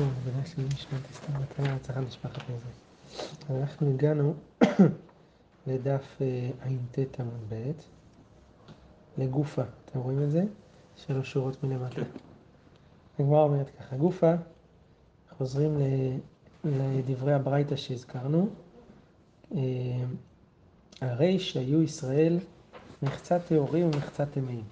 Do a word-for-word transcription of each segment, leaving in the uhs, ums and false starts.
שוב, בגלל שהיא משנת הסתם מתנה הצלחת משפחת עזרא. אז אנחנו הגענו לדף ע"ט עמוד ב', לגופה. אתם רואים את זה? שלוש שורות מלמטה. הגמרא אומרת ככה, גופה, חוזרים לדברי הברייתא שהזכרנו. הרי שהיו ישראל מחצה טהורים ומחצה טמאים.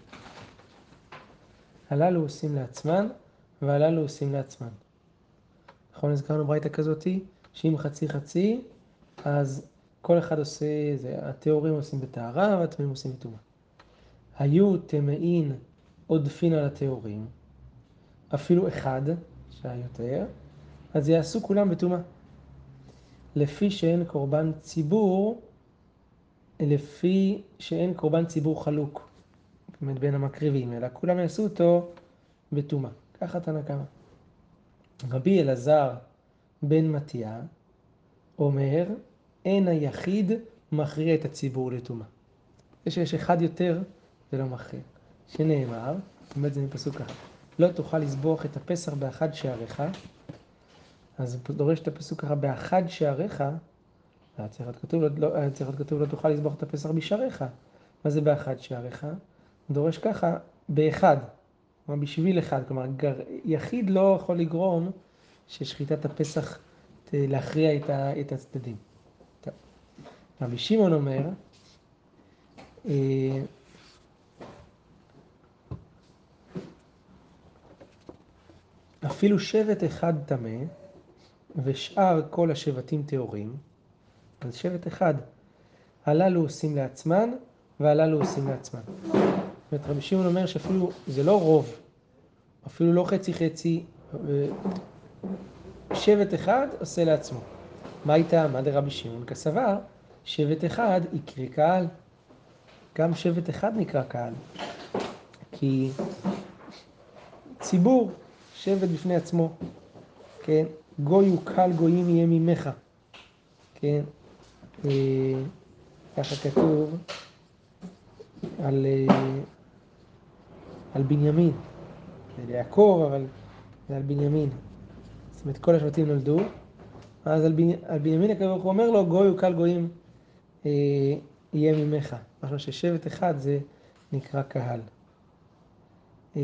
הללו עושים לעצמן והללו עושים לעצמן. נכון, הזכרנו ברייתא כזאתי, שאם חצי חצי, אז כל אחד עושה, זה, הטהורים עושים בטהרה והטמאים עושים בטומאה. היו טמאין עודפין על הטהורים, אפילו אחד שהיה יותר, אז יעשו כולם בטומאה. לפי שאין קורבן ציבור, לפי שאין קורבן ציבור חלוק, זאת אומרת בין המקריבים, אלא כולם יעשו אותו בטומאה. ככה תנא קמא. רבי אלעזר בן מתיה אומר, אין היחיד מכריע את הציבור לטומאה. זה שיש אחד יותר, זה לא מכריע. שנאמר, באמת זה מפסוק ככה, לא תוכל לסבוח את הפסח באחד שעריך, אז דורש את הפסוק ככה, באחד שעריך, היה צריך להיות כתוב, לא, היה צריך להיות כתוב, לא תוכל לסבוח את הפסח בשעריך. מה זה באחד שעריך? דורש ככה, באחד, כלומר בשביל אחד, כלומר יחיד לא יכול לגרום ששחיטת הפסח להכריע את, ה, את הצדדים. טוב. רבי שמעון אומר, אה, אפילו שבט אחד טמא ושאר כל השבטים טהורים, אז שבט אחד, הללו עושים לעצמן והללו עושים לעצמן. זאת אומרת, רבי שמעון אומר שאפילו זה לא רוב, אפילו לא חצי חצי, שבט אחד עושה לעצמו. מה הייתה? מה דרבי שמעון? כסבר, שבט אחד יקרא קהל. גם שבט אחד נקרא קהל. כי ציבור, שבט בפני עצמו. כן? גוי וקהל גויים יהיה ממך. כן? אה, ככה כתוב על, אה, על בנימין. זה יעקב, אבל זה על בנימין. זאת אומרת, כל השבטים נולדו. אז על, בני, על בנימין הקדוש ברוך הוא אומר לו, גוי וקהל גויים אה, יהיה ממך. משהו ששבט אחד זה נקרא קהל. אה,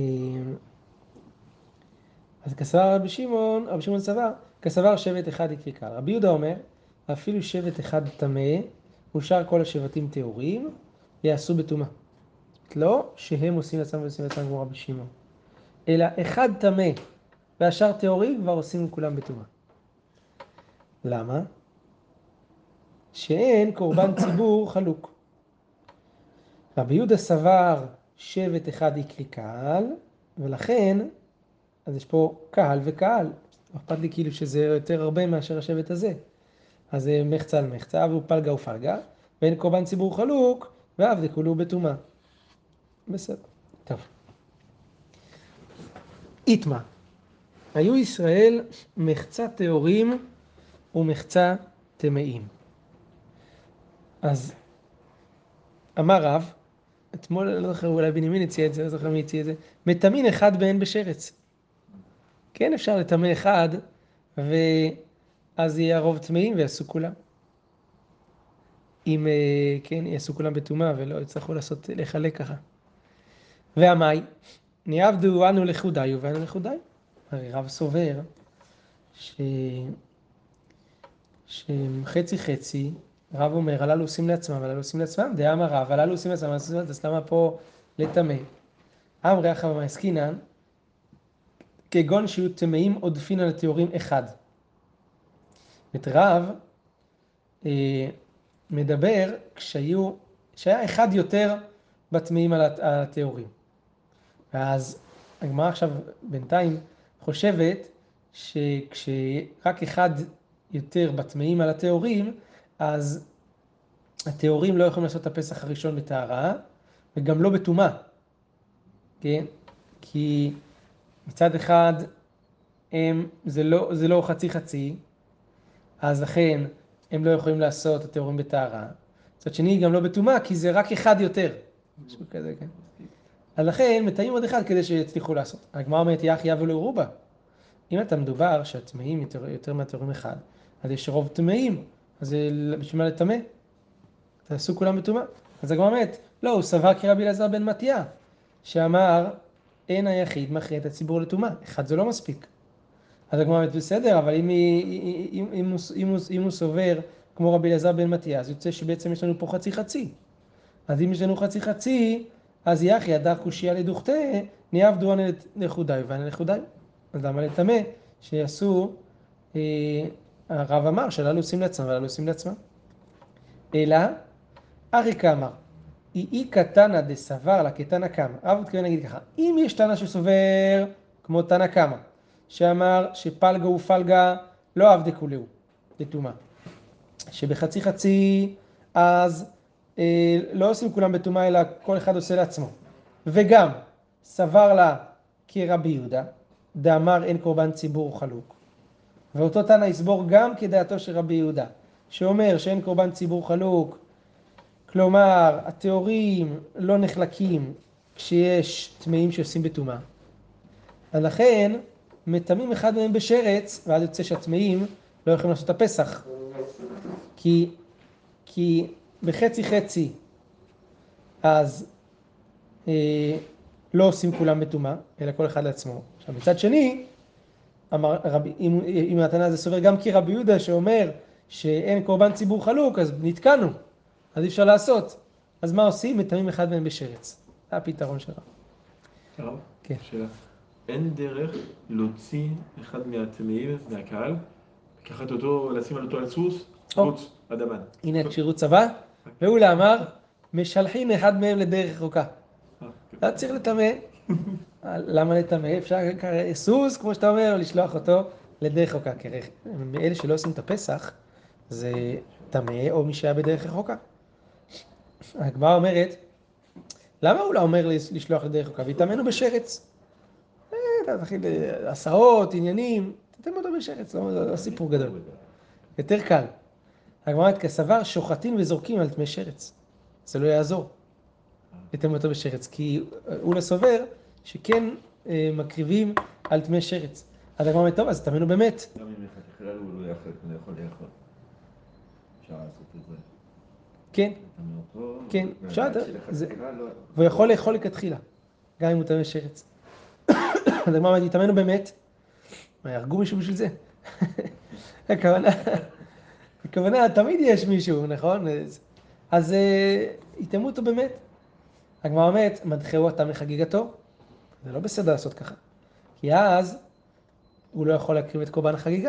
אז כסבר רבי שמעון, רבי שמעון סבר, כסבר שבט אחד יקרא קהל. רבי יהודה אומר, אפילו שבט אחד טמא, ושאר כל השבטים טהורים, יעשו בטומאה. לא שהם עושים לעצמם ועושים לעצמם כמו רבי שמעון. אלא אחד טמא, והשאר טהורים כבר עושים כולם בטומאה. למה? שאין קורבן ציבור חלוק. רבי יהודה סבר שבט אחד יקרא קהל, ולכן, אז יש פה קהל וקהל. אכפת לי כאילו שזה יותר הרבה מאשר השבט הזה. אז זה מחצה על מחצה, ופלגה ופלגה, ואין קורבן ציבור חלוק, ועבדי כולו בטומאה. בסדר. טוב. איתמה. היו ישראל מחצה טהורים ומחצה טמאים. אז אמר רב, אתמול, לא זוכר, אולי בנימין הציע את זה, לא זוכר מי הציע את זה, מטמין אחד באין בשרץ. כן, אפשר לטמא אחד, ואז יהיה הרוב טמאים ויעשו כולם. אם, כן, יעשו כולם בטומאה ולא יצטרכו לעשות, לחלק ככה. והמאי, ניעבדו אנו לחודיו ואנו לחודיו. הרי רב סובר ש... שחצי חצי, רב אומר, הללו עושים לעצמם, הללו עושים לעצמם, דאמר רב, הללו עושים לעצמם, אז למה פה לטמא? אמרי אחא במאי עסקינן, כגון שיהיו טמאים עודפין על הטהורים אחד. את רב אה, מדבר כשהיו, שהיה אחד יותר בטמאים על הטהורים. ואז הגמרא עכשיו בינתיים חושבת שכשרק אחד יותר בטמאים על הטהורים, אז הטהורים לא יכולים לעשות את הפסח הראשון בטהרה, וגם לא בטומאה. כן? כי מצד אחד הם, זה לא, זה לא חצי חצי, אז לכן הם לא יכולים לעשות את הטהורים בטהרה. מצד שני גם לא בטומאה, כי זה רק אחד יותר. משהו כזה, כן? אז לכן מטעים עוד אחד כדי שיצליחו לעשות. הגמרא אומרת יח יבו לא רובה. אם אתה מדובר שהטמאים יותר, יותר מהטהורים אחד, אז יש רוב טמאים, אז זה בשביל מה לטמא? תעשו כולם בטומאה. אז הגמרא אומרת, לא, הוא סבר כרבי אלעזר בן מתתיה, שאמר, אין היחיד מכריע את הציבור לטומאה, אחד זה לא מספיק. אז הגמרא אומרת, בסדר, אבל אם, אם, אם, הוא, אם, הוא, אם הוא סובר כמו רבי אלעזר בן מתתיה, אז יוצא שבעצם יש לנו פה חצי חצי. אז אם יש לנו חצי חצי, אז יחי הדר קושייה לדוכתה, ניאבדו ענה לחודאי וענה לחודאי. אז למה לטמא? שיעשו, אה, הרב אמר שלא עושים לעצמם ולא עושים לעצמם. אלא, אריקה אמר, אי אי קטנה דסבר לה כתנא קמא. הרב מתכוון להגיד ככה, אם יש תנא שסובר כמו תנא קמא, שאמר שפלגה ופלגה לא עבדקו להו, לטומאה. שבחצי חצי, אז אה, לא עושים כולם בטומאה, אלא כל אחד עושה לעצמו. וגם, סבר לה כרבי יהודה, דאמר אין קורבן ציבור חלוק. ואותו תנא יסבור גם כדעתו של רבי יהודה, שאומר שאין קורבן ציבור חלוק, כלומר, הטהורים לא נחלקים כשיש טמאים שעושים בטומאה. ולכן, מטמאים אחד מהם בשרץ, ואז יוצא שהטמאים לא יכולים לעשות את הפסח. כי, כי בחצי חצי, אז אה, לא עושים כולם בטומאה, אלא כל אחד לעצמו. עכשיו, מצד שני, אמר, רבי, אם, אם התנא הזה סובר גם כרבי יהודה שאומר שאין קורבן ציבור חלוק, אז נתקענו, אז אי אפשר לעשות. אז מה עושים? מטמאים אחד מהם בשרץ. זה הפתרון שלנו. הרב? כן. שאלה. אין דרך להוציא אחד מהטמאים, מהקהל, לקחת אותו, לשים על אותו על סוס, רוץ, אדמן. הנה את שירות צבא, והוא לאמר, משלחין אחד מהם לדרך רחוקה. לא צריך לטמא. למה לטמא? אפשר סוס, כמו שאתה אומר, לשלוח אותו לדרך רחוקה. כי מאלה שלא עושים את הפסח, זה טמא או מי שהיה בדרך רחוקה. הגמרא אומרת, למה הוא לא אומר לשלוח לדרך רחוקה? ויטמאנו בשרץ. אתה תתחיל הסעות, עניינים, תטמא אותו בשרץ, לא סיפור גדול. יותר קל. הגמרא אומרת, כסבר שוחטים וזורקים על טמא שרץ. זה לא יעזור. לטמא אותו בשרץ, כי הוא לא סובר שכן אה, מקריבים על טמא שרץ. אז הגמרא אומרת, טוב, אז טמאנו באמת. גם אם לכתחילה הוא לא יכול לאכול. אפשר לעשות את זה. כן, כן, אפשר, והוא יכול לאכול לכתחילה, גם אם הוא טמא שרץ. אז הגמרא אומרת, טמאנו באמת, יהרגו מישהו בשביל זה. הכוונה, הכוונה, תמיד יש מישהו, נכון? אז יטמאו אותו באמת. הגמרא אומרת, מדחהו אותם לחגיגתו, זה לא בסדר לעשות ככה. כי אז הוא לא יכול להקריב את קורבן החגיגה.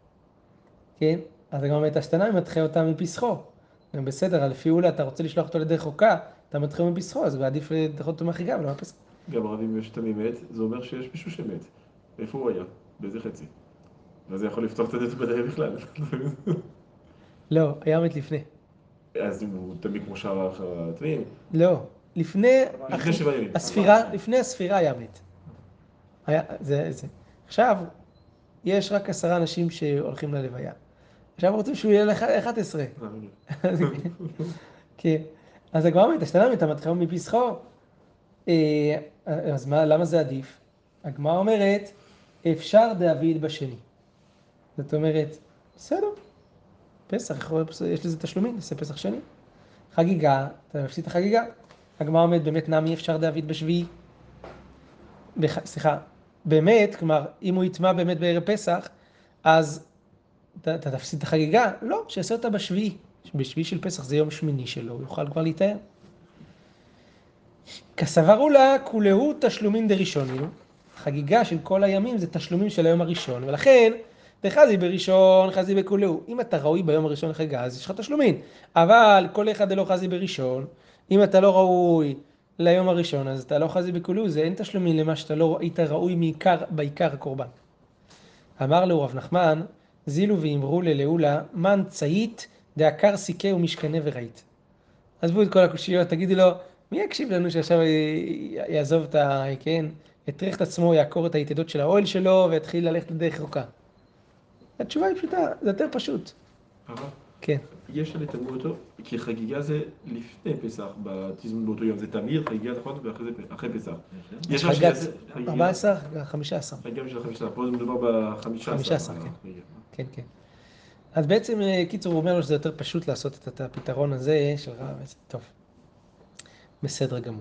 כן? אז הגמרא אומרת, השתנה מדחה אותם מפסחו. גם בסדר, לפי אולי אתה רוצה לשלוח אותו לדרך חוקה, אתה מדחהו מפסחו, אז עדיף לדחות אותו מהחגיגה ולא מהפסח. גם הרב, אם יש תמי מת, זה אומר שיש מישהו שמת. איפה הוא היה? באיזה חצי? ואז זה יכול לפתוח את הדלת בדרך בכלל. לא, היה מת לפני. אז אם הוא תמי כמו שאר התמים? לא, לפני... לפני שבע ימים. הספירה, לפני הספירה היה מת. היה, זה, זה. עכשיו, יש רק עשרה אנשים שהולכים ללוויה. עכשיו רוצים שהוא יהיה ל-אחת עשרה. כן. אז הגמרא אומרת, השתנה מת, מדחהו מפסחו. אז מה, למה זה עדיף? הגמרא אומרת, אפשר דאביד בשני. זאת אומרת, בסדר, פסח, יש לזה תשלומים, נעשה פסח שני. חגיגה, אתה מפסיד את החגיגה. הגמרא אומרת, באמת נמי אפשר דאביד בשביעי. בח... סליחה, באמת, כלומר, אם הוא יטמא באמת בערב פסח, אז אתה, אתה תפסיד את החגיגה? לא, שיעשה אותה בשביעי. בשביעי של פסח זה יום שמיני שלו, הוא יוכל כבר להתאר. כסברו לה, כולהו תשלומים דראשונים. חגיגה של כל הימים זה תשלומים של היום הראשון, ולכן, דחזי בראשון, חזי בכולהו. אם אתה ראוי ביום הראשון לחגיגה, אז יש לך תשלומים. אבל כל אחד לא חזי בראשון, אם אתה לא ראוי ליום הראשון, אז אתה לא חזי בכולהו, זה אין תשלומים למה שאתה לא היית ראוי מעיקר, בעיקר הקורבן. אמר לו רב נחמן, זילו ואמרו ללאולה, מן צאית דעקר סיכה ומשכנה וראית. עזבו את כל הקושיות, תגידי לו, מי יקשיב לנו שעכשיו יעזוב את ה... כן? יטריח את עצמו, יעקור את היתדות של האוהל שלו, ויתחיל ללכת לדרך רחוקה. התשובה היא פשוטה, זה יותר פשוט. הרב? כן. יש על לטמא אותו, כי חגיגה זה לפני פסח, בתזמון באותו יום, זה תמיר, חגיגה נכון, ואחרי פסח. יש מה חגת שזה חגיגה, ארבע עשרה, חמישה עשר. חגיגה של חמישה עשר, פה זה מדובר בחמישה חמישה עשר. עשר, כן. כן, כן. אז בעצם, קיצור, הוא אומר לו שזה יותר פשוט לעשות את הפתרון הזה של רב, טוב. בסדר גמור.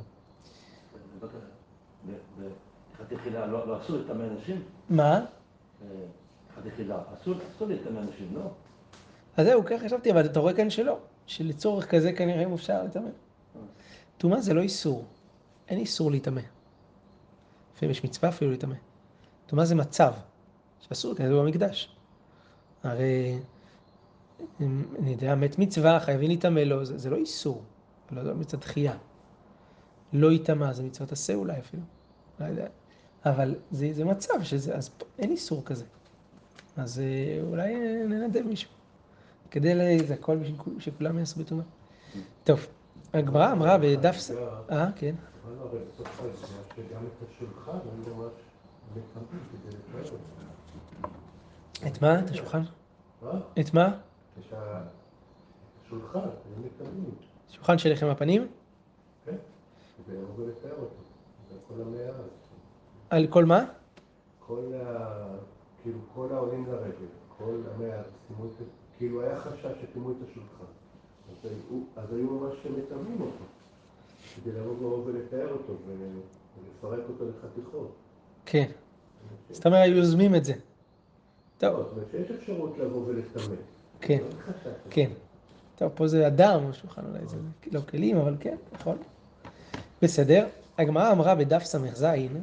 בחד יחידה לא אסור לטמא אנשים? מה? בחד יחידה, אסור לטמא אנשים, לא? אז זהו, ככה חשבתי, אבל אתה רואה כאן שלא. שלצורך כזה כנראה אם אפשר לטמא. טומאה זה לא איסור. אין איסור להיטמא. לפעמים יש מצווה אפילו להיטמא. טומאה זה מצב. שאסור, כזה במקדש. הרי, אני יודע, מת מצווה, חייבים להיטמא לו, זה, זה לא איסור. לא, לא מצוות דחייה. לא ייטמא, זה מצוות עשה אולי אפילו. לא יודע. אבל זה, זה מצב, שזה, אז אין איסור כזה. אז אולי ננדב מישהו. כדי לזה, הכל שכולם יעשו בטומאה. טוב, הגמרא אמרה בדף... אה, כן. אבל הרי בסוף העניין שגם את השולחן, אני ממש מתאמין כדי לתאר אותו. את מה? את השולחן? מה? את מה? את השולחן, אני מתאמין. שולחן של לחם הפנים? כן, כדי לבוא ולתאר אותו. זה כל המאה הזאת. על כל מה? כל ה... כאילו כל העולים לרגל, כל המאה, כאילו היה חשש שתימו את השולחן. אז היו, אז היו ממש מתאמים אותו, כדי לבוא ולתאר אותו ולפרק אותו לחתיכות. כן. זאת אומרת, היו יוזמים את זה. טוב. זאת אומרת שיש אפשרות לבוא ולטמא. כן, כן. טוב, פה זה אדם, או שולחן אולי זה לא כלים, אבל כן, נכון. בסדר. הגמרא אמרה בדף סמך זין,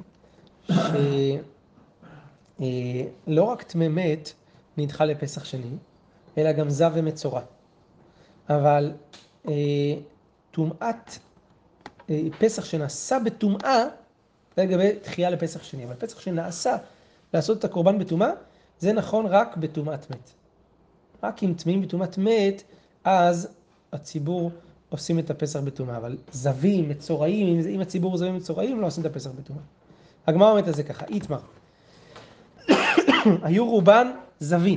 שלא רק טמא מת נדחה לפסח שני, אלא גם זב ומצורע. אבל טומאת, פסח שנעשה בטומאה, זה לגבי דחייה לפסח שני, אבל פסח שנעשה לעשות את הקורבן בטומאה, זה נכון רק בטומאת מת. רק אם טמאים בטומאת מת, אז הציבור עושים את הפסח בטומאה, אבל זבים, מצורעים, אם הציבור זבים מצורעים, לא עושים את הפסח בטומאה. הגמרא אומרת את זה ככה, איתמר. היו רובן זבין.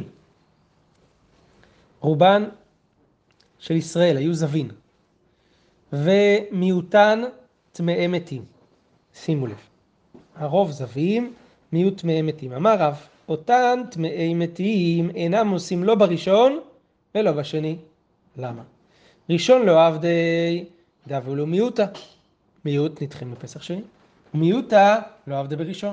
רובן של ישראל היו זבין. ומיעוטן טמאי מתים. שימו לב. הרוב זבים, מיעוט טמאי מתים. אמר רב, אותן טמאי מתים אינם עושים לא בראשון ולא בשני. למה? ראשון לא עבדי, דאבו לו מיעוטה. מיעוט נדחים בפסח שני. ומיעוטה לא עבדי בראשון.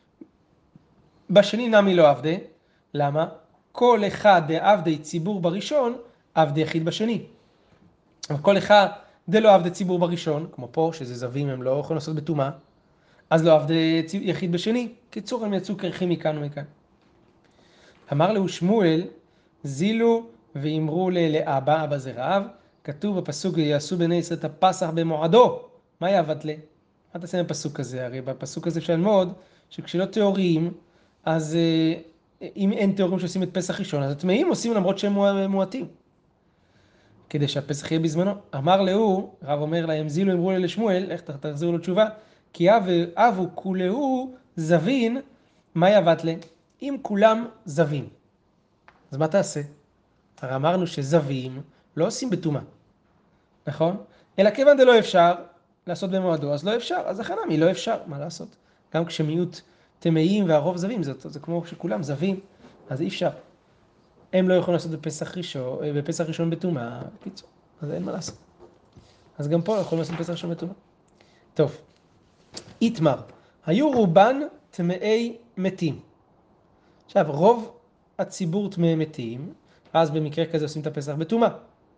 בשני נמי לא עבדי. למה? כל אחד דעבדי ציבור בראשון, עבדי יחיד בשני. אבל כל אחד דלא עבדי ציבור בראשון, כמו פה, שזה זבים, הם לא יכולים לעשות בטומאה, אז לא עבדי יחיד בשני. קיצור, הם יצאו קרחים מכאן ומכאן. אמר לו שמואל, זילו ואמרו לאבא, אבא זה רב, כתוב בפסוק, יעשו בני ישראל את הפסח במועדו. מה יעבד לה? מה תעשה בפסוק הזה? הרי בפסוק הזה אפשר ללמוד, שכשלא תיאורים, אז אם אין תיאורים שעושים את פסח ראשון, אז הטמאים עושים למרות שהם מועטים. כדי שהפסח יהיה בזמנו. אמר לו, רב אומר להם, זילו אמרו לה לשמואל, איך תחזירו לו תשובה? כי אבו כולהו זבין, מה יעבד לה? אם כולם זבים, אז מה תעשה? הרי אמרנו שזבים לא עושים בטומאה, נכון? אלא כיוון דלא אפשר לעשות במועדו, אז לא אפשר, אז הכנה מי לא אפשר, מה לעשות? גם כשמיעוט טמאים והרוב זבים, זה, זה כמו שכולם זבים, אז אי אפשר. הם לא יכולים לעשות בפסח ראשון, בפסח ראשון בטומאה, פיצור, אז אין מה לעשות. אז גם פה יכולים לעשות בפסח ראשון בטומאה. טוב, איתמר, היו רובן טמאי מתים. עכשיו, רוב הציבור טמאי מתים, אז במקרה כזה עושים את הפסח בטומאה.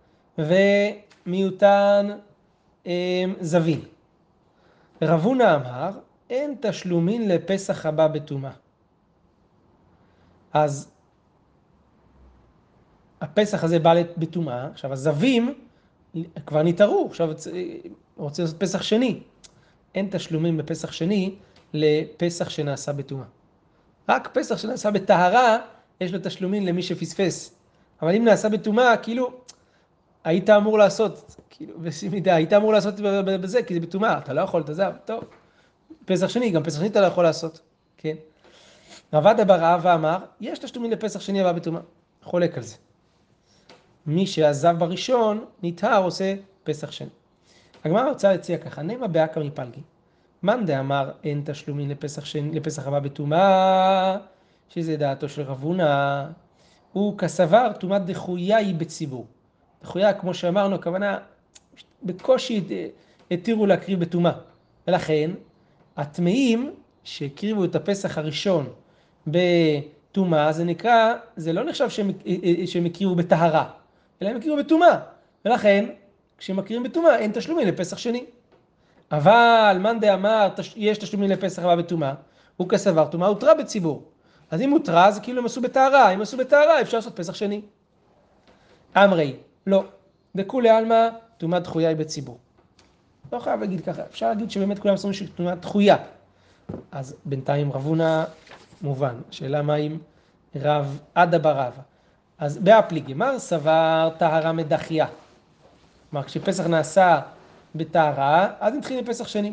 ומיעוטן הם, זבין. רב הונא אמר, אין תשלומין לפסח הבא בטומאה. אז הפסח הזה בא בטומאה, עכשיו הזבים כבר נתארו, עכשיו רוצים לעשות פסח שני. אין תשלומים בפסח שני לפסח שנעשה בטומאה. רק פסח שנעשה בטהרה, יש לו תשלומים למי שפספס. אבל אם נעשה בטומאה, כאילו, היית אמור לעשות, כאילו, בסימידה, היית אמור לעשות בזה, כי זה בטומאה, אתה לא יכול, אתה זב, טוב. פסח שני, גם פסח שני אתה לא יכול לעשות, כן? רבד בר אבא אמר, יש תשלומים לפסח שני הבא בטומאה, חולק על זה. מי שעזב בראשון, נטהר, עושה פסח שני. הגמרא רוצה להציע ככה, נמה באקא מפלגי. מאן דאמר אין תשלומין לפסח שני, לפסח הבא בטומאה, שזה דעתו של רב הונא, הוא כסבר טומאת דחויה היא בציבור. דחויה, כמו שאמרנו, הכוונה, בקושי התירו להקריב בטומאה. ולכן, הטמאים שהקריבו את הפסח הראשון בטומאה, זה נקרא, זה לא נחשב שהם, שהם הקריבו בטהרה, אלא הם הקריבו בטומאה. ולכן, כשהם מקריבים בטומאה, אין תשלומים לפסח שני. אבל מאן דאמר, יש תשלומים לפסח הבא בטומאה, הוא כסבר, טומאה הותרה בציבור. אז אם הותרה, זה כאילו הם עשו בטהרה, אם עשו בטהרה, אפשר לעשות פסח שני. אמרי, לא. דכולי עלמא, טומאת דחויה היא בציבור. לא חייב להגיד ככה, אפשר להגיד שבאמת כולם עשו של טומאת דחויה. אז בינתיים רב הונא מובן. השאלה מה אם רב עדה ברבא. אז באפליגי, מר סבר טהרה מדחיה. כלומר, כשפסח נעשה בטהרה, אז נתחיל לפסח שני.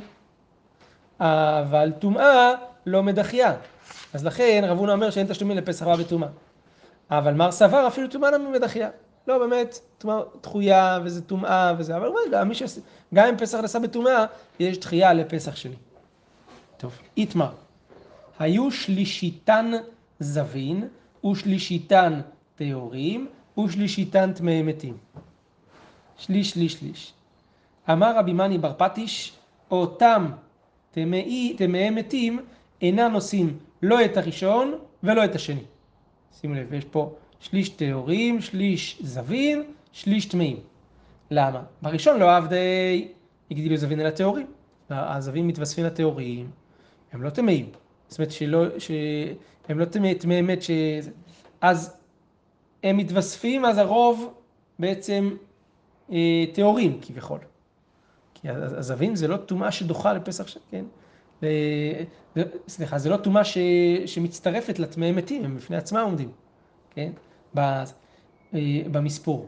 אבל טומאה לא מדחיה. אז לכן רב הונא אומר שאין תשלומים לפסח הבא בטומאה. אבל מר סבר אפילו טומאה לא מדחיה. לא, באמת, טומאה דחויה וזה טומאה וזה, אבל רגע, מי ש... גם אם פסח נעשה בטומאה, יש דחייה לפסח שני. טוב, איתמר. היו שלישיתן זבין, ושלישיתן טהורים, ושלישיתן טמאי מתים. שליש, שליש, שליש. אמר רבי מני בר פטיש, אותם טמאי, טמאי מתים אינם עושים לא את הראשון ולא את השני. שימו לב, יש פה שליש טהורים, שליש זבין, שליש טמאים. למה? בראשון לא עבדי הגדילו זבין אל הטהורים. הזבים מתווספים לטהורים, הם לא טמאים. זאת אומרת שלא, שהם לא טמאי, טמאי אמת, ש... אז הם מתווספים, אז הרוב בעצם אה, טהורים כביכול. כי הזבים זה לא טומאה שדוחה לפסח, ש... כן? ו... סליחה, זה לא טומאה ש... שמצטרפת לטמאי מתים, הם בפני עצמם עומדים. כן? במספור.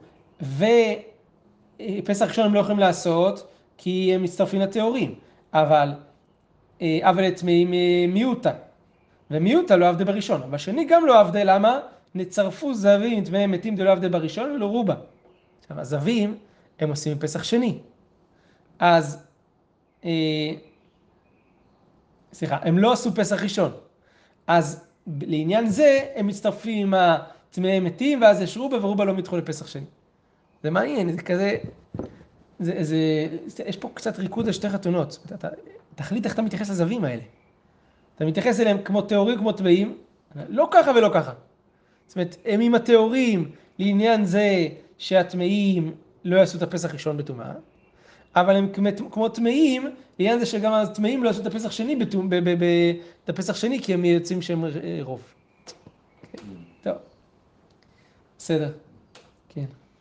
ופסח ראשון הם לא יכולים לעשות כי הם מצטרפים לטהורים. אבל, אבל את מיעוטה. ומיעוטה לא עבדה בראשון. בשני גם לא עבדה, למה? נצרפו זבים, טמאי מתים דלא עבדה בראשון ולא רובה. עכשיו, הזבים הם עושים פסח שני. אז, אה, סליחה, הם לא עשו פסח ראשון. אז לעניין זה הם מצטרפים עם הטמאי מתים, ואז יש רובה, ורובה לא מתחול לפסח שני. זה מעניין, זה כזה, זה, זה, יש פה קצת ריקוד על שתי חתונות. אתה, תחליט איך אתה מתייחס לזבים האלה. אתה מתייחס אליהם כמו תיאורים, כמו טמאים, לא ככה ולא ככה. זאת אומרת, הם עם התיאורים לעניין זה שהטמאים לא יעשו את הפסח ראשון בטומאה, אבל הם כמו טמאים, לעניין זה שגם הטמאים לא יעשו את הפסח שני, את הפסח שני, כי הם יוצאים שהם רוב. טוב. בסדר. כן.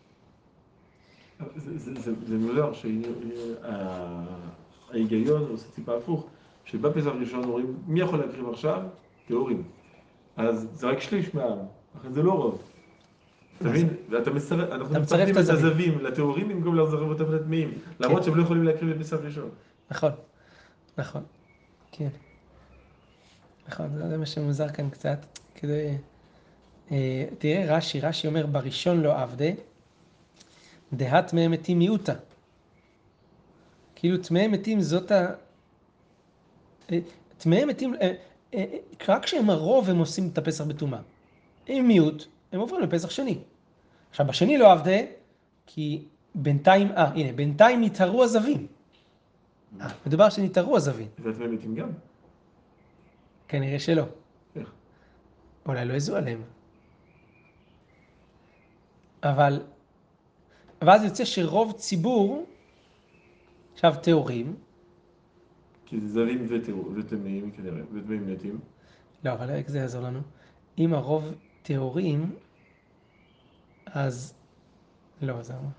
זה מוזר שההיגיון עושה טיפה הפוך, שבפסח ראשון אומרים, מי יכול להקריב עכשיו? טהורים. אז זה רק שליש מהעם, אחרי זה לא רוב. אתה מבין? אנחנו מצטרפים את הזבים לטהורים במקום לצרף אותם לטמאים, למרות שהם לא יכולים להקריב בפסח ראשון. נכון, נכון, כן. נכון, זה מה שמוזר כאן קצת, כדי... תראה, רש"י, רש"י אומר, בראשון לא עבדה, דהת טמאי מתים מיעוטה. כאילו טמאי מתים זאת ה... טמאי מתים, רק כשהם הרוב הם עושים את הפסח בטומאה. אם מיעוט, הם עוברים לפסח שני. עכשיו, בשני לא עבדה, כי בינתיים, אה, הנה, בינתיים נתהרו הזבים. אה, מדובר שנתהרו הזבים. זה טמאי מתים גם? כנראה שלא. איך? אולי לא יזו עליהם. אבל, ואז יוצא שרוב ציבור, עכשיו תיאורים. כי זה זרים וטמאים כנראה, וטמאים מתים. לא, אבל איך זה יעזור לנו? אם הרוב תיאורים, אז לא, זה מה.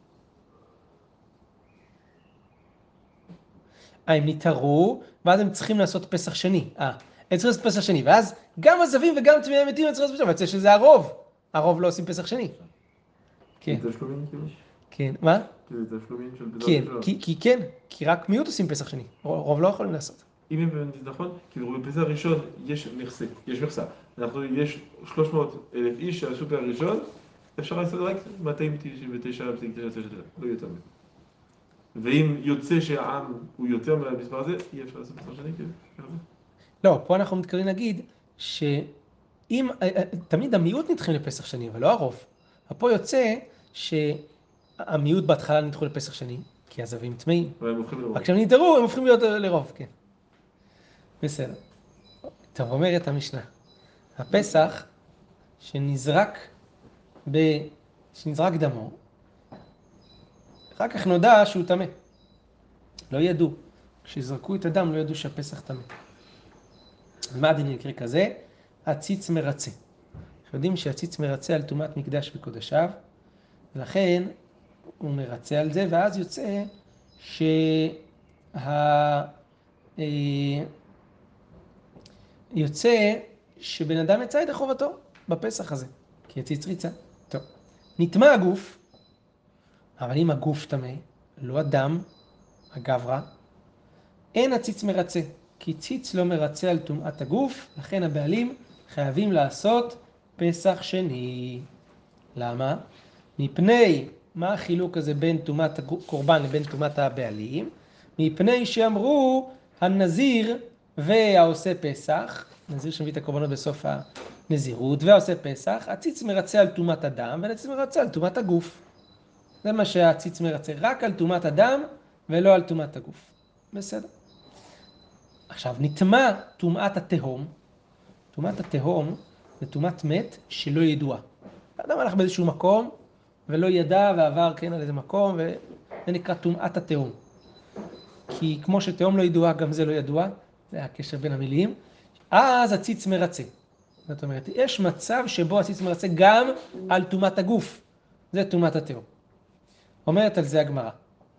אה, הם נתהרו, ואז הם צריכים לעשות פסח שני. אה, הם צריכים לעשות פסח שני, ואז גם הזבים וגם טמאי מתים הם צריכים לעשות פסח, אבל יוצא שזה הרוב. הרוב לא עושים פסח שני. כן. זה תשלומים כאילו? כן, מה? זה תשלומים של פסח כן, ראשון. כי, כי כן, כי רק מיעוט עושים פסח שני. רוב לא יכולים לעשות. אם הם נכון, כאילו בפסח ראשון יש מכסה, יש מכסה. אנחנו, יש שלוש מאות אלף איש שעשו פסח ראשון, אפשר לעשות רק מאתיים תשעים ותשע נקודה תשע תשע, לא יותר מזה. ואם יוצא שהעם הוא יותר מהמספר הזה, אי אפשר לעשות מספר שני כזה. לא, פה אנחנו מתכוונים להגיד שאם, תמיד המיעוט נדחים לפסח שני, אבל לא הרוב. פה יוצא שהמיעוט בהתחלה נדחו לפסח שני, כי הזווים טמאים. אבל הם הופכים לרוב. רק כשהם נתערו, הם הופכים להיות לרוב, כן. בסדר. טוב, אומרת המשנה. הפסח שנזרק, ב... שנזרק דמו, אחר כך נודע שהוא טמא. לא ידעו. כשזרקו את הדם לא ידעו שהפסח טמא. מה הדין מקרה כזה? הציץ מרצה. אנחנו יודעים שהציץ מרצה על טומאת מקדש וקודשיו, ולכן הוא מרצה על זה, ואז יוצא שה... יוצא שבן אדם יצא ידי חובתו בפסח הזה, כי הציץ ריצה. טוב. נטמא הגוף, אבל אם הגוף טמא, לא הדם, הגברא, אין הציץ מרצה, כי ציץ לא מרצה על טומאת הגוף, לכן הבעלים חייבים לעשות פסח שני. למה? מפני, מה החילוק הזה בין טומאת הקורבן לבין טומאת הבעלים? מפני שאמרו הנזיר והעושה פסח, נזיר שמביא את הקורבנות בסוף הנזירות, והעושה פסח, הציץ מרצה על טומאת הדם, והציץ מרצה על טומאת הגוף. זה מה שהציץ מרצה, רק על טומאת הדם ולא על טומאת הגוף. בסדר. עכשיו, נטמא טומאת התהום. טומאת התהום זה טומאת מת שלא ידועה. האדם הלך באיזשהו מקום ולא ידע ועבר כן על איזה מקום, וזה נקרא טומאת התהום. כי כמו שתהום לא ידועה, גם זה לא ידוע, זה הקשר בין המילים, אז הציץ מרצה. זאת אומרת, יש מצב שבו הציץ מרצה גם על טומאת הגוף. זה טומאת התהום. אומרת על זה הגמרא.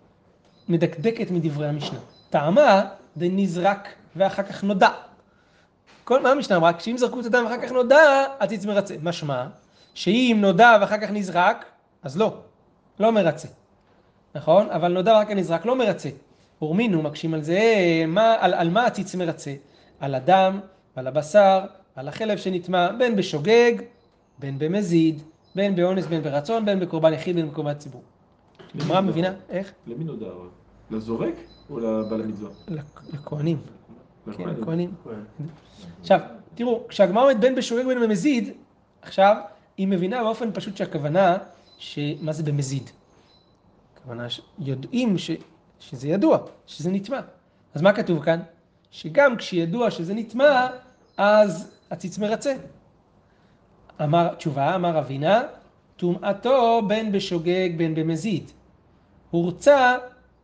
מדקדקת מדברי המשנה. טעמה דנזרק ואחר כך נודע. כל מה המשנה אמרה? כשאם זרקו את הדם ואחר כך נודע, הציץ מרצה. משמע, שאם נודע ואחר כך נזרק, אז לא. לא מרצה. נכון? אבל נודע ואחר כך נזרק לא מרצה. ורמינו מקשים על זה, מה, על, על מה הציץ מרצה? על הדם, על הבשר, על החלב שנטמא, בין בשוגג, בין במזיד, בין באונס, בין ברצון, בין בקורבן יחיד, בין בקורבן ציבור. מה מבינה? איך? למי נודע? לזורק או לבעל המצווה? לכהנים. כן, לכהנים. עכשיו, תראו, כשהגמרא אומרת בין בשוגג בין במזיד, עכשיו היא מבינה באופן פשוט שהכוונה, שמה זה במזיד? הכוונה שיודעים ש... שזה ידוע, שזה נטמא. אז מה כתוב כאן? שגם כשידוע שזה נטמא, אז הציץ מרצה. אמר, תשובה, אמר אבינה, טומאתו בין בשוגג בין במזיד. הורצה,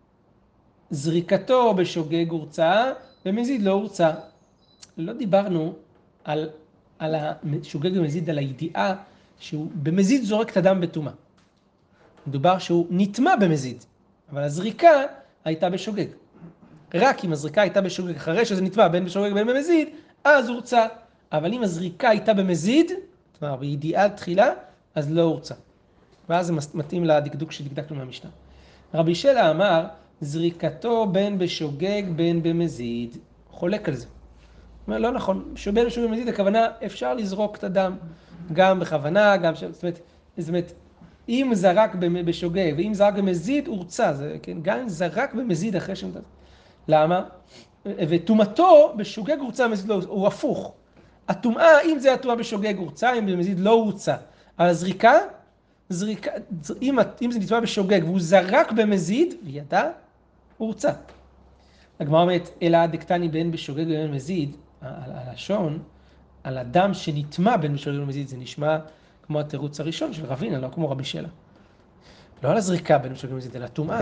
זריקתו בשוגג הורצה, במזיד לא הורצה. לא דיברנו על, על השוגג במזיד, על הידיעה שהוא במזיד זורק את הדם בטומאה. מדובר שהוא נטמא במזיד, אבל הזריקה הייתה בשוגג. רק אם הזריקה הייתה בשוגג, אחרי שזה נטמא בין בשוגג בין במזיד, אז הורצה. אבל אם הזריקה הייתה במזיד, זאת אומרת, בידיעה תחילה, אז לא הורצה. ואז זה מתאים לדקדוק שדקדקנו מהמשנה. רבי שלה אמר, זריקתו בין בשוגג בין במזיד. חולק על זה. אומר, לא נכון, בין בשוגג במזיד, הכוונה, אפשר לזרוק את הדם, גם בכוונה, גם ש... זאת אומרת, זאת אומרת, אם זרק בשוגג ואם זרק במזיד, הורצה. זה, כן? גם אם זרק במזיד אחרי שמתת. למה? וטומאתו בשוגג הורצה, במזיד לא, הוא הפוך. הטומאה, אם זה הטומאה בשוגג הורצה, אם במזיד לא הורצה. אבל הזריקה, זריקה, אם, אם זה נטמא בשוגג והוא זרק במזיד, וידע, הורצה. הגמרא אומרת, אלא דקתני בין בשוגג ובין במזיד, הלשון, על הדם שנטמא בין בשוגג ובמזיד, זה נשמע כמו התירוץ הראשון של רבינה, לא כמו רבי שלה. לא על הזריקה בין בשוגג ובמזיד, אלא הטומאה.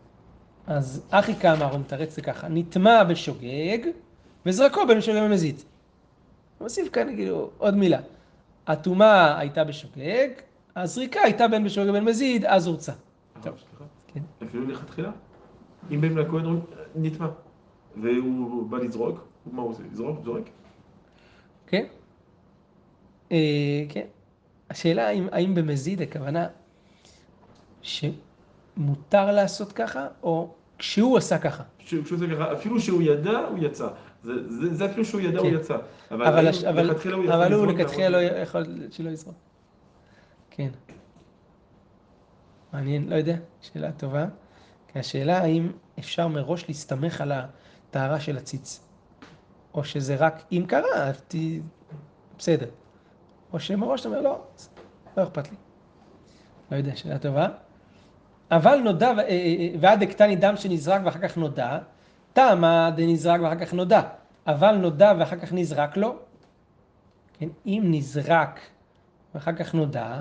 אז אחי כאמר, הוא מתרץ זה ככה, נטמא בשוגג וזרקו בין בשוגג ובמזיד. מוסיף כאן כאילו עוד מילה. הטומאה הייתה בשוגג, הזריקה הייתה בין בשוגג ובין מזיד, אז הורצה. טוב, סליחה. אפילו לכתחילה. אם באים לכהן נטמא, והוא בא לזרוק, מה הוא עושה? לזרוק? זורק? כן. כן. השאלה האם במזיד הכוונה שמותר לעשות ככה, או כשהוא עשה ככה? כשהוא עשה ככה, אפילו שהוא ידע, הוא יצא. זה אפילו שהוא ידע, הוא יצא. אבל הוא לכתחילה לא יכול שלא יזרוק. כן. מעניין, לא יודע, שאלה טובה. כי השאלה האם אפשר מראש להסתמך על הטהרה של הציץ. או שזה רק אם קרה, ת... בסדר. או שמראש אתה אומר, לא, לא אכפת לי. לא יודע, שאלה טובה. אבל נודע, ועד הקטני דם שנזרק ואחר כך נודע, טעמה דנזרק ואחר כך נודע. אבל נודע ואחר כך נזרק לו. כן, אם נזרק ואחר כך נודע,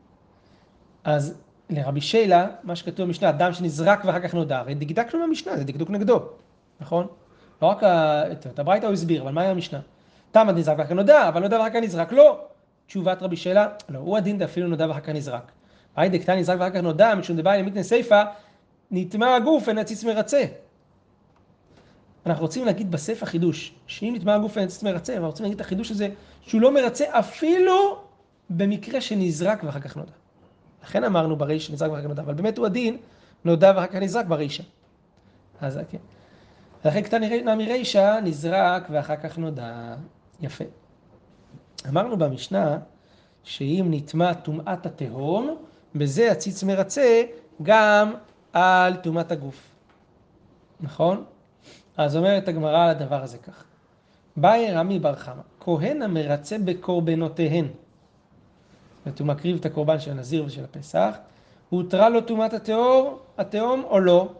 אז לרבי שיילה, מה שכתוב במשנה, דם שנזרק ואחר כך נודע, הרי דקדקנו במשנה, זה דקדוק נגדו, נכון? לא רק את הברייתא הוא הסביר, אבל מה היה המשנה? טעמה נזרק ואחר כך נודע, אבל נודע ואחר כך נזרק, לא. תשובת רבי שיילה, לא, הוא הדין דאפילו נודע ואחר כך נזרק. היי דקטן נזרק ואחר כך נודע, משום דבאי למיתנא סייפא, נטמע הגוף אין הציץ מרצה. אנחנו רוצים להגיד בספר חידוש, שאם נטמע הגוף אין הציץ מרצה, אנחנו רוצים להגיד את החידוש הזה, שהוא לא מרצה אפילו במקרה שנזרק ואחר כך נודע. לכן אמרנו ברישה נזרק ואחר כך נודע, אבל באמת הוא הדין, נודע ואחר כך נזרק ברישה. אז כן. לכן קטן מרישה נזרק ואחר כך נודע. יפה. אמרנו במשנה, שאם נטמע טומאת התהום, בזה הציץ מרצה גם על טומאת הגוף. נכון? אז אומרת הגמרא על הדבר הזה כך. באי רמי בר חמא, כהן המרצה בקורבנותיהן. זאת אומרת, הוא מקריב את הקורבן של הנזיר ושל הפסח, הותרה לו טומאת התהום, התהום או לא?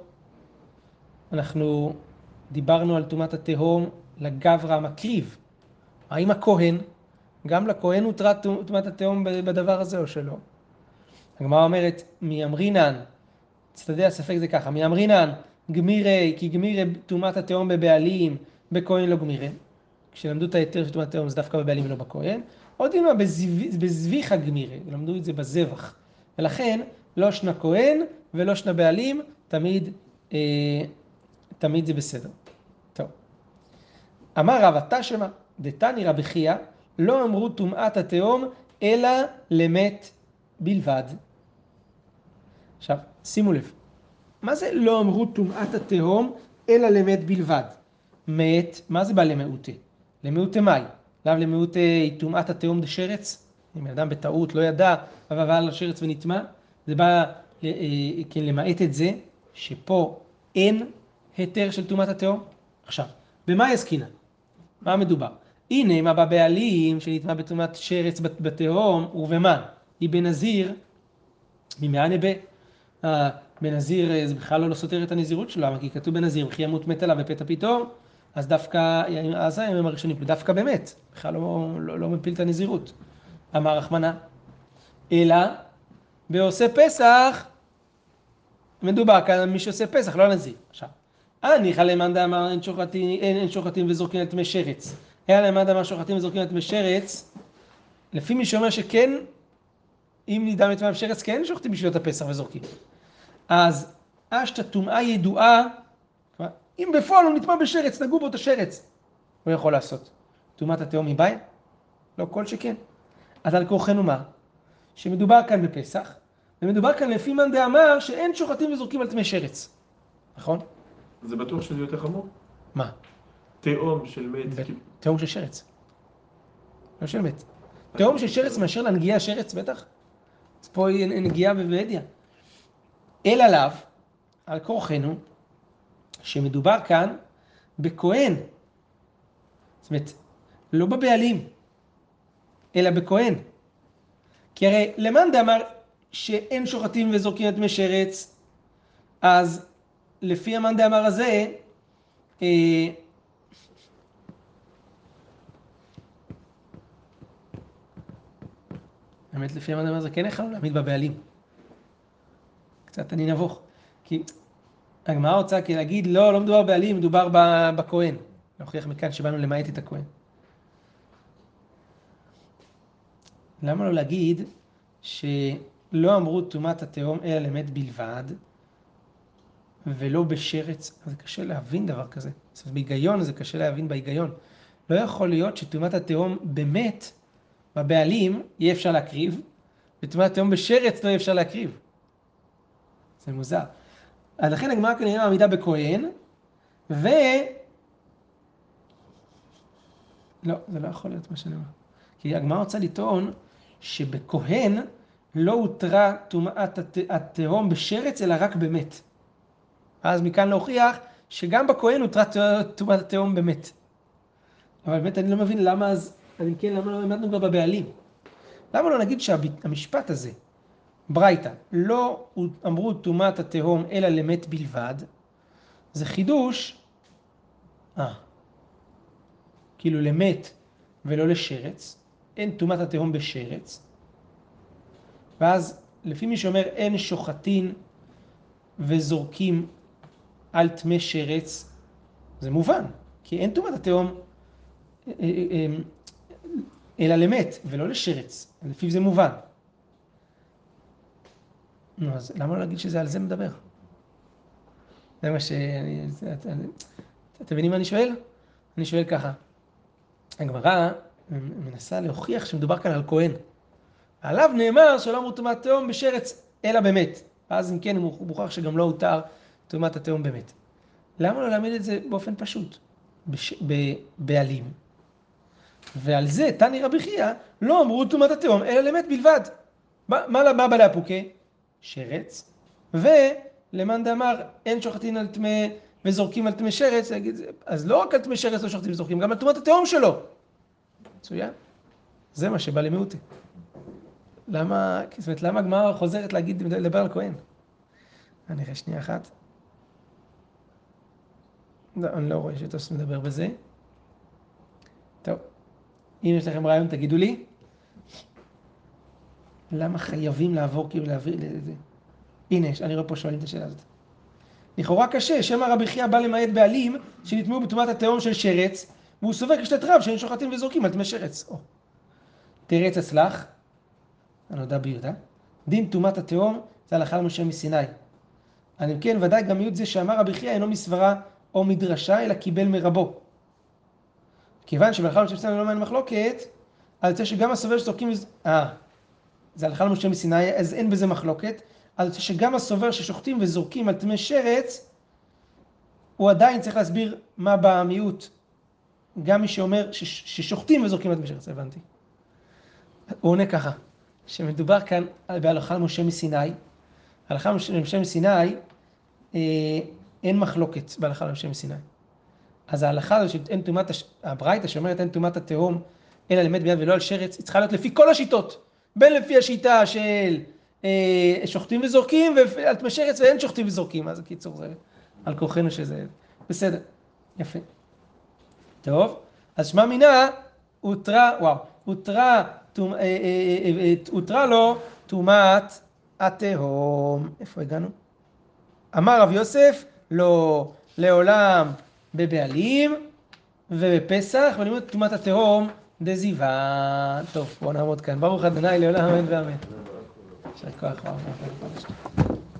אנחנו דיברנו על טומאת התהום לגברא המקריב. האם הכהן, גם לכהן הותרה טומאת התהום בדבר הזה או שלא? הגמרא אומרת, מי אמרינן, צדדי הספק זה ככה, מי אמרינן, גמירי, כי גמירי טומאת התהום בבעלים, בכהן לא גמירי. כשלמדו את היתר של טומאת התהום זה דווקא בבעלים ולא בכהן. עוד אימה בזביחה גמירי, למדו את זה בזבח. ולכן לא שנה כהן ולא שנה בעלים, תמיד, אה, תמיד זה בסדר. טוב. אמר רב התשמע, דתני רבי חייא, לא אמרו טומאת התהום, אלא למת בלבד. עכשיו, שימו לב. מה זה לא אמרו טומאת התהום, אלא למת בלבד? מת, מה זה בא למעוטה? למעוטה מאי? לאו למעוטה טומאת התהום דשרץ? אם אדם בטעות לא ידע, אבל עבר לשרץ ונטמע, זה בא כן למעט את זה, שפה אין היתר של טומאת התהום. עכשיו, במה יסקינה? מה מדובר? הנה, מה בבעלים שנטמע בטומאת שרץ בתהום, ובמן, היא בנזיר, ממענה ב... בנזיר זה בכלל לא סותר את הנזירות שלו, כי כתוב בנזיר, וכי ימות מת עליו בפתע פתאום, אז דווקא, אז הימים הראשונים, דווקא באמת, בכלל לא, לא, לא מפיל את הנזירות. אמר רחמנה, אלא בעושה פסח, מדובר כאן מי שעושה פסח, לא נזיר. עכשיו, אני חלמן דאמר אין שוחטים, אין, אין שוחטים וזורקים את מי שרץ. היה למד אמר שוחטים וזורקים את מי שרץ, לפי מי שאומר שכן, אם נדע את מי שרץ, כן שוחטים בשביל את הפסח וזורקים. אז אשת טומאה ידועה, אם בפועל הוא נטמע בשרץ, נגעו בו את השרץ, הוא יכול לעשות. טומאת התהום היא בעיה? לא כל שכן. אז על כורחנו מה? שמדובר כאן בפסח, ומדובר כאן לפי מאן דאמר שאין שוחטים וזורקים על טמא שרץ. נכון? זה בטוח שזה יותר חמור? מה? תהום של מת. תהום של שרץ. לא של מת. תהום של שרץ מאשר להנגיע שרץ, בטח. אז פה היא נגיעה ובעדיה. אלא לאו, על כורחנו, שמדובר כאן בכהן. זאת אומרת, לא בבעלים, אלא בכהן. כי הרי למאן דאמר שאין שוחטים וזורקים את מי שרץ, אז לפי המאן דאמר הזה, אה, באמת לפי המאן דאמר הזה כן יכולנו להעמיד בבעלים. קצת אני נבוך. כי הגמרא רוצה כי להגיד, לא, לא מדובר בעלים, מדובר בכהן. להוכיח מכאן שבאנו למעט את הכהן. למה לא להגיד שלא אמרו טומאת התהום אלא למת בלבד, ולא בשרץ? אז זה קשה להבין דבר כזה. זאת אומרת, בהיגיון זה קשה להבין בהיגיון. לא יכול להיות שטומאת התהום באמת, בבעלים, יהיה אפשר להקריב, וטומאת התהום בשרץ לא יהיה אפשר להקריב. זה מוזר. אז לכן הגמרא כנראה מעמידה בכהן, ו... לא, זה לא יכול להיות מה שאני אומר. כי הגמרא רוצה לטעון שבכהן לא הותרה טומאת התהום בשרץ, אלא רק במת. אז מכאן להוכיח שגם בכהן הותרה טומאת התהום במת. אבל באמת אני לא מבין למה אז, אני כן, למה לא למדנו כבר בבעלים? למה לא נגיד שהמשפט הזה, ברייתא, לא אמרו טומאת התהום אלא למת בלבד, זה חידוש, אה, כאילו למת ולא לשרץ, אין טומאת התהום בשרץ, ואז לפי מי שאומר אין שוחטין וזורקים על טמא שרץ, זה מובן, כי אין טומאת התהום אלא למת ולא לשרץ, לפי זה מובן. נו, אז למה לא להגיד שזה על זה מדבר? זה מה שאני... אתם מבינים מה אני שואל? אני שואל ככה. הגמרא מנסה להוכיח שמדובר כאן על כהן. עליו נאמר שלא אמרו טומאת תהום בשרץ אלא באמת. אז אם כן, הוא מוכרח שגם לא הותר טומאת התהום באמת. למה לא להעמיד את זה באופן פשוט? בש... בבעלים. ועל זה, תני רבי חייא, לא אמרו טומאת התהום אלא למת בלבד. מה, מה, מה בא להפוקה? שרץ. ולמאן דאמר אין שוחטין על טמא וזורקים על טמא שרץ, אז לא רק על טמא שרץ לא שוחטים וזורקים, גם על טומאת התהום שלו. מצוין? זה מה שבא למיעוטי. למה, זאת אומרת, למה הגמרא חוזרת להגיד, לדבר על כהן? אני אראה שנייה אחת. לא, אני לא רואה שתוס מדבר בזה. טוב, אם יש לכם רעיון תגידו לי. למה חייבים לעבור כאילו להעביר לזה? הנה, אני רואה פה שואלים את השאלה הזאת. לכאורה קשה, שמא רבי חייא בא למעט בעלים שנטמעו בטומאת התהום של שרץ, והוא סובר כשלט רב שאין שוחטים וזורקים על טמא שרץ. או. תרץ אצלך, אני לא יודע ביודע, דין טומאת התהום זה הלכה למשה מסיני. אני כן ודאי גם מיעוט זה שאמר רבי חייא אינו מסברה או מדרשה, אלא קיבל מרבו. כיוון שבהלכה למשה מסיני לא מעין מחלוקת, על זה שגם הסובר שזורקים... אה, זה הלכה למשה מסיני, אז אין בזה מחלוקת. על זה שגם הסובר ששוחטים וזורקים על טמא שרץ, הוא עדיין צריך להסביר מה במיעוט. גם מי שאומר ששוחטים וזורקים על טמא שרץ, הבנתי. הוא עונה ככה, שמדובר כאן בהלכה למשה מסיני. הלכה למשה מסיני, אה, אין מחלוקת בהלכה למשה מסיני. אז ההלכה הזו שאין טומאת, הברייתא שאומרת אין טומאת התהום, אלא למת ביד ולא על שרץ, היא צריכה להיות לפי כל השיטות. בין לפי השיטה של אה, שוחטים וזורקים, ועל טמא שרץ ואין שוחטים וזורקים. אז הקיצור זה על כוחנו שזה... בסדר, יפה. טוב, אז שמע מינה, הותרה, וואו, הותרה, הותרה לו טומאת התהום. איפה הגענו? אמר רב יוסף, לא, לעולם בבעלים ובפסח, ולימוד טומאת התהום דזיוון. טוב, בואו נעמוד כאן. ברוך ה' לעולם אמן ואמן. יישר כוח, וואו, וואו, וואו.